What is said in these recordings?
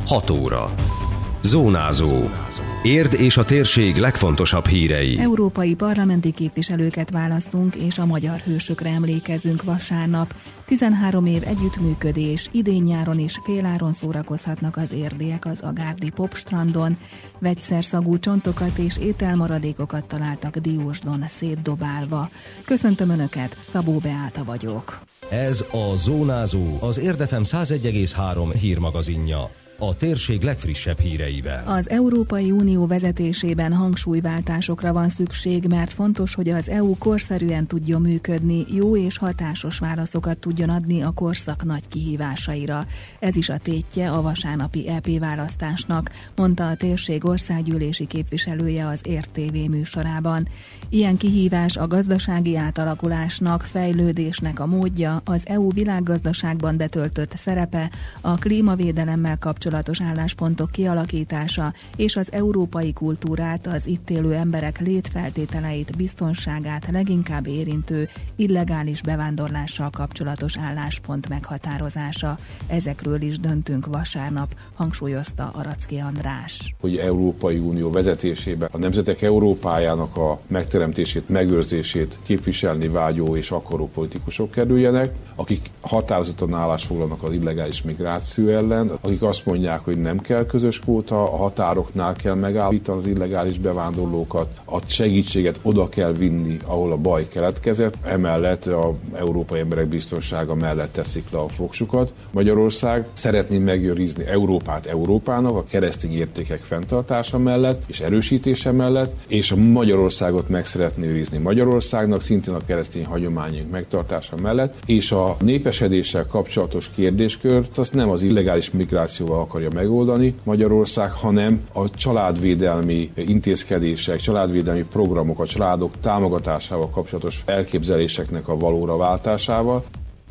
6 óra. Zónázó. Érd és a térség legfontosabb hírei. Európai parlamenti képviselőket választunk, és a magyar hősökre emlékezünk vasárnap. 13 év együttműködés, idén-nyáron is féláron szórakozhatnak az érdiek az agárdi popstrandon. Vegyszerszagú csontokat és ételmaradékokat találtak Diósdon szétdobálva. Köszöntöm Önöket, Szabó Beáta vagyok. Ez a Zónázó, az Érd FM 101,3 hírmagazinja. A térség legfrissebb híreivel. Az Európai Unió vezetésében hangsúlyváltásokra van szükség, mert fontos, hogy az EU korszerűen tudjon működni, jó és hatásos válaszokat tudjon adni a korszak nagy kihívásaira. Ez is a tétje a vasárnapi EP választásnak, mondta a térség országgyűlési képviselője az Érd TV műsorában. Ilyen kihívás a gazdasági átalakulásnak, fejlődésnek a módja, az EU világgazdaságban betöltött szerepe, a klímavédelemmel kapcsolatos álláspontok kialakítása és az európai kultúrát, az itt élő emberek létfeltételeit, biztonságát leginkább érintő illegális bevándorlással kapcsolatos álláspont meghatározása. Ezekről is döntünk vasárnap, hangsúlyozta Aracki András. Hogy Európai Unió vezetésében a nemzetek Európájának a megteremtését, megőrzését képviselni vágyó és akaró politikusok kerüljenek, akik határozottan állásfoglalnak az illegális migráció ellen, akik azt mondják, hogy nem kell közös kvóta, a határoknál kell megállítani az illegális bevándorlókat, a segítséget oda kell vinni, ahol a baj keletkezett, emellett az európai emberek biztonsága mellett teszik le a fogsukat. Magyarország szeretné megőrizni Európát Európának, a keresztény értékek fenntartása mellett és erősítése mellett, és a Magyarországot meg szeretné őrizni Magyarországnak, szintén a keresztény hagyományunk megtartása mellett, és a népesedéssel kapcsolatos kérdéskört azt nem az illegális migrációval akarja megoldani Magyarország, hanem a családvédelmi intézkedések, családvédelmi programok, a családok támogatásával kapcsolatos elképzeléseknek a valóra váltásával.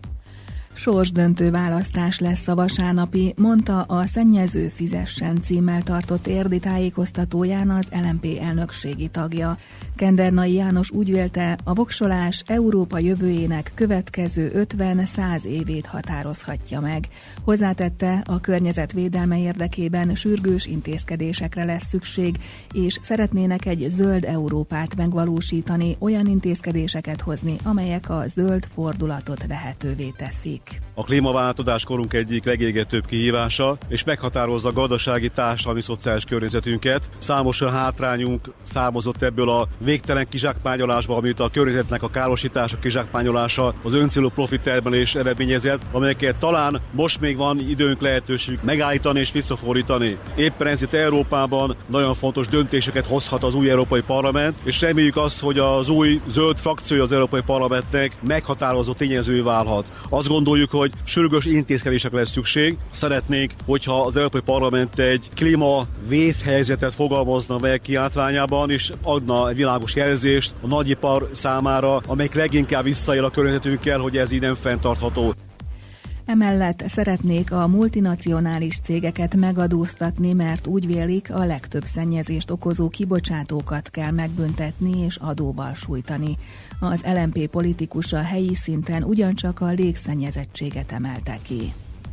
Sorsdöntő választás lesz a vasárnapi, mondta a Szennyező fizessen címmel tartott érdi tájékoztatóján az LMP elnökségi tagja. Kendernai János úgy vélte, a voksolás Európa jövőjének következő 50-100 évét határozhatja meg. Hozzátette, a környezetvédelme érdekében sürgős intézkedésekre lesz szükség, és szeretnének egy zöld Európát megvalósítani, olyan intézkedéseket hozni, amelyek a zöld fordulatot lehetővé teszik. A klímaváltozás korunk egyik legégetőbb kihívása, és meghatározza a gazdasági, társadalmi, szociális környezetünket. Számos hátrányunk származott ebből a végtelen kizsákmányolásba, amit a környezetnek a károsítása, kizsákmányolása, az öncélú profittermelés eredményezett, amelyeket talán most még van időnk, lehetőség megállítani és visszafordítani. Éppen ezért Európában nagyon fontos döntéseket hozhat az új Európai Parlament, és reméljük azt, hogy az új zöld frakciója az Európai Parlamentnek meghatározó tényező válhat. Azt gondoljuk, hogy sürgős intézkedésekre lesz szükség. Szeretnénk, hogyha az Európai Parlament egy klímavészhelyzetet fogalmazna meg kiáltványában, és adna egy világos jelzést a nagyipar számára, amelyik leginkább visszaél a környezetünkkel, hogy ez így nem fenntartható. Emellett szeretnék a multinacionális cégeket megadóztatni, mert úgy vélik, a legtöbb szennyezést okozó kibocsátókat kell megbüntetni és adóval sújtani. Az LMP politikusa helyi szinten ugyancsak a légszennyezettséget emelte ki.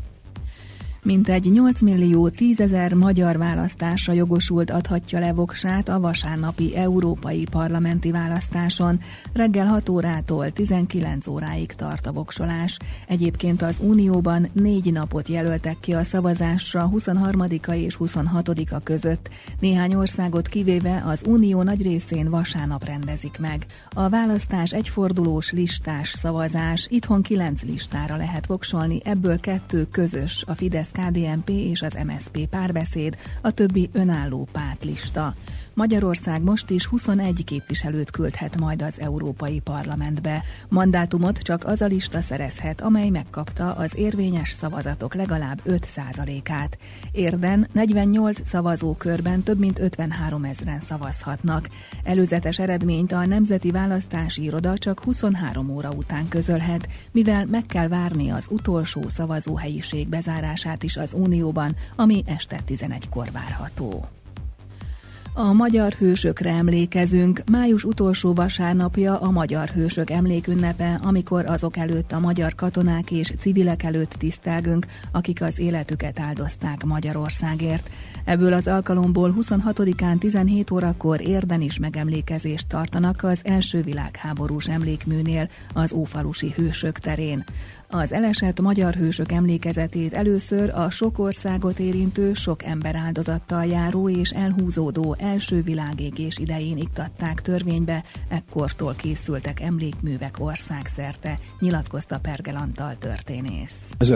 Mintegy 8 millió 10 000 magyar választásra jogosult adhatja le voksát a vasárnapi európai parlamenti választáson. Reggel 6 órától 19 óráig tart a voksolás. Egyébként az Unióban 4 napot jelöltek ki a szavazásra 23-a és 26-a között. Néhány országot kivéve az Unió nagy részén vasárnap rendezik meg. A választás egyfordulós listás szavazás, itthon 9 listára lehet voksolni, ebből 2 közös, a Fidesz KDNP és az MSZP párbeszéd, a többi önálló pártlista. Magyarország most is 21 képviselőt küldhet majd az Európai Parlamentbe. Mandátumot csak az a lista szerezhet, amely megkapta az érvényes szavazatok legalább 5%-át. Érden 48 szavazókörben több mint 53 000-en szavazhatnak. Előzetes eredményt a Nemzeti Választási Iroda csak 23 óra után közölhet, mivel meg kell várni az utolsó szavazóhelyiség bezárását is az Unióban, ami este 11-kor várható. A magyar hősökre emlékezünk. Május utolsó vasárnapja a magyar hősök emlékünnepe, amikor azok előtt, a magyar katonák és civilek előtt tisztelgünk, akik az életüket áldozták Magyarországért. Ebből az alkalomból 26-án 17 órakor Érden is megemlékezést tartanak az első világháborús emlékműnél, az Ófalusi Hősök terén. Az elesett magyar hősök emlékezetét először a sok országot érintő, sok ember áldozattal járó és elhúzódó első világégés idején iktatták törvénybe, ekkortól készültek emlékművek országszerte, nyilatkozta Pergel Antal történész.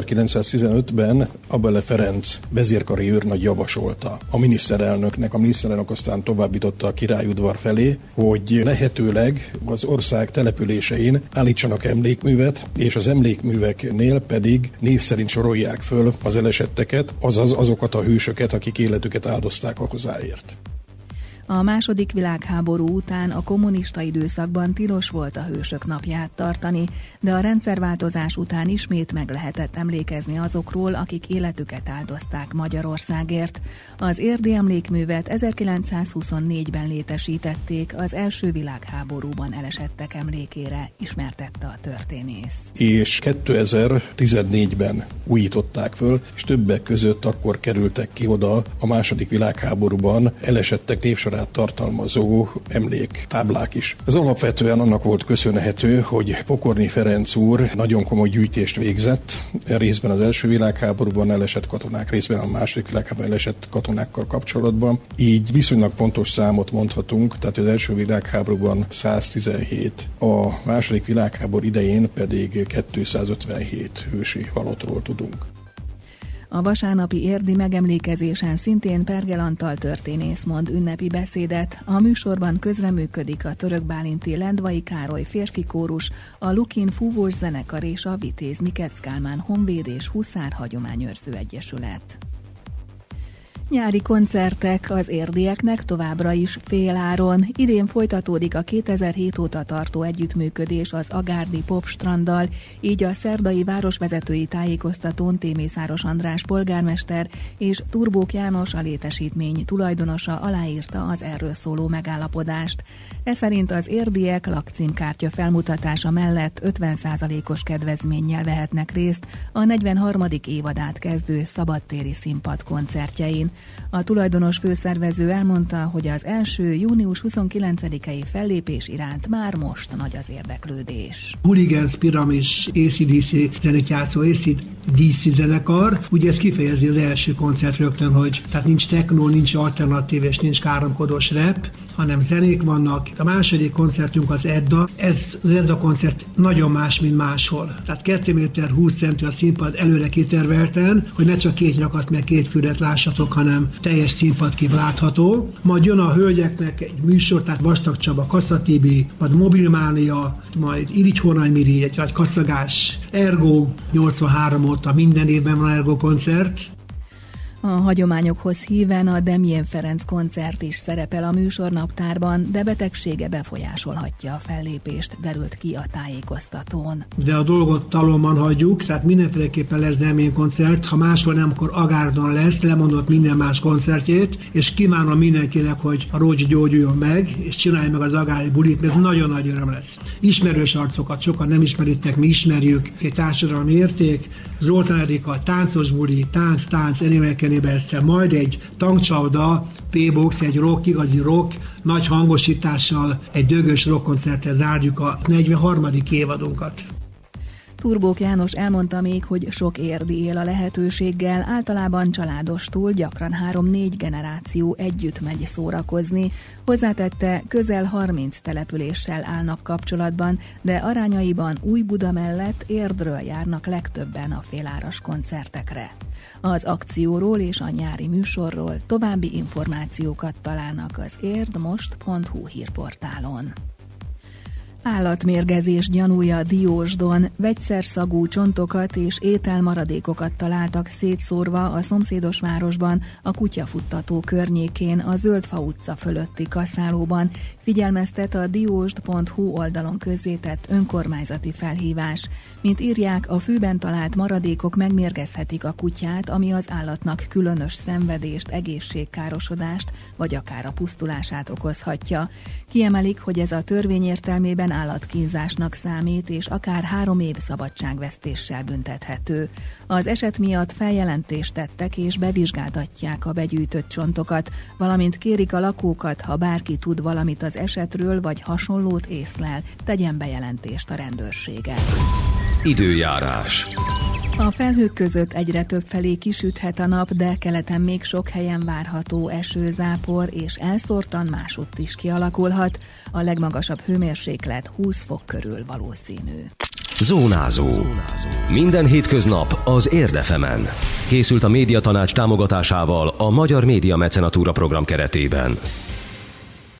1915-ben Abele Ferenc vezérkari őrnagy javasolta a miniszterelnöknek, a miniszterelnök aztán továbbította a királyudvar felé, hogy lehetőleg az ország településein állítsanak emlékművet, és az emlékműveknél pedig név szerint sorolják föl az elesetteket, azaz azokat a hősöket, akik életüket áldozták a hazáért. A második világháború után a kommunista időszakban tilos volt a hősök napját tartani, de a rendszerváltozás után ismét meg lehetett emlékezni azokról, akik életüket áldozták Magyarországért. Az érdi emlékművet 1924-ben létesítették az első világháborúban elesettek emlékére, ismertette a történész. És 2014-ben újították föl, és többek között akkor kerültek ki oda a második világháborúban elesettek névsorát tartalmazó emléktáblák is. Ez alapvetően annak volt köszönhető, hogy Pokorny Ferenc úr nagyon komoly gyűjtést végzett, részben az első világháborúban elesett katonák, részben a második világháborúban elesett katonákkal kapcsolatban. Így viszonylag pontos számot mondhatunk, tehát az első világháborúban 117, a második világháború idején pedig 257 hősi halottról tudunk. A vasárnapi érdi megemlékezésen szintén Pergel Antal történész mond ünnepi beszédet. A műsorban közreműködik a Török Bálinti Lendvai Károly férfi kórus, a Lukin fúvós zenekar és a Vitéz Mikec Kálmán Honvéd és Huszár Hagyományőrző Egyesület. Nyári koncertek az érdieknek továbbra is féláron. Idén folytatódik a 2007 óta tartó együttműködés az Agárdi Popstranddal, így a szerdai városvezetői tájékoztatón Témészáros András polgármester és Turbók János, a létesítmény tulajdonosa aláírta az erről szóló megállapodást. Ez szerint az érdiek lakcímkártya felmutatása mellett 50%-os kedvezménnyel vehetnek részt a 43. évadát kezdő szabadtéri színpad koncertjein. A tulajdonos főszervező elmondta, hogy az első június 29-i fellépés iránt már most nagy az érdeklődés. Hooligans, Piramis, AC/DC zenét játszó AC/DC zenekar, ugye ez kifejezi az első koncert rögtön, hogy tehát nincs techno, nincs alternatív és nincs káromkodós rap, hanem zenék vannak. A második koncertünk az Edda. Ez az Edda koncert nagyon más, mint máshol. Tehát 2 méter 20 centi a színpad előre kitervelten, hogy ne csak 2 nyakat meg 2 fület lássatok, hanem teljes színpadkép látható. Majd jön a hölgyeknek egy műsor, tehát Vastag Csaba, Kassa Tibi, majd Mobilmánia, majd Irigy Hornály Miri, egy nagy kacagás, Ergo, 83 óta minden évben van Ergo koncert. A hagyományokhoz híven a Demjén Ferenc koncert is szerepel a műsornaptárban, de betegsége befolyásolhatja a fellépést, derült ki a tájékoztatón. De a dolgot talomban hagyjuk, tehát mindenféleképpen lesz Demjén koncert, ha máshol nem, akkor Agárdon lesz, lemondott minden más koncertjét, és kívánom mindenkinek, hogy a Rócsi gyógyuljon meg, és csinálja meg az agárdi bulit, mert nagyon nagy öröm lesz. Ismerős arcokat sokan nem ismeritek, mi ismerjük, egy társadalmi érték, Zoltán Erika, táncos buli, tánc, elémelkenéberszre, majd egy tankcsapda, P-box, egy rock, igazi rock, nagy hangosítással, egy dögös rockkoncerttel zárjuk a 43. évadunkat. Turbók János elmondta még, hogy sok érdi él a lehetőséggel, általában családostul, gyakran 3-4 generáció együtt megy szórakozni. Hozzátette, közel 30 településsel állnak kapcsolatban, de arányaiban Újbuda mellett Érdről járnak legtöbben a féláras koncertekre. Az akcióról és a nyári műsorról további információkat találnak az érdmost.hu hírportálon. Állatmérgezés gyanúja Diósdon, vegyszerszagú csontokat és ételmaradékokat találtak szétszórva a szomszédos városban, a kutyafuttató környékén, a Zöldfa utca fölötti kaszálóban, figyelmeztet a diósd.hu oldalon közzétett önkormányzati felhívás. Mint írják, a fűben talált maradékok megmérgezhetik a kutyát, ami az állatnak különös szenvedést, egészségkárosodást vagy akár a pusztulását okozhatja. Kiemelik, hogy ez a törvény értelmében állatkínzásnak számít, és akár 3 év szabadságvesztéssel büntethető. Az eset miatt feljelentést tettek és bevizsgáltatják a begyűjtött csontokat, valamint kérik a lakókat, ha bárki tud valamit az esetről vagy hasonlót észlel, tegyen bejelentést a rendőrségen. Időjárás. A felhők között egyre több felé kisüthet a nap, de keleten még sok helyen várható eső, zápor, és elszórtan másutt is kialakulhat. A legmagasabb hőmérséklet 20 fok körül valószínű. Zónázó. Minden hétköznap az Érdefemen. Készült a Médiatanács támogatásával a Magyar Média Mecenatúra program keretében.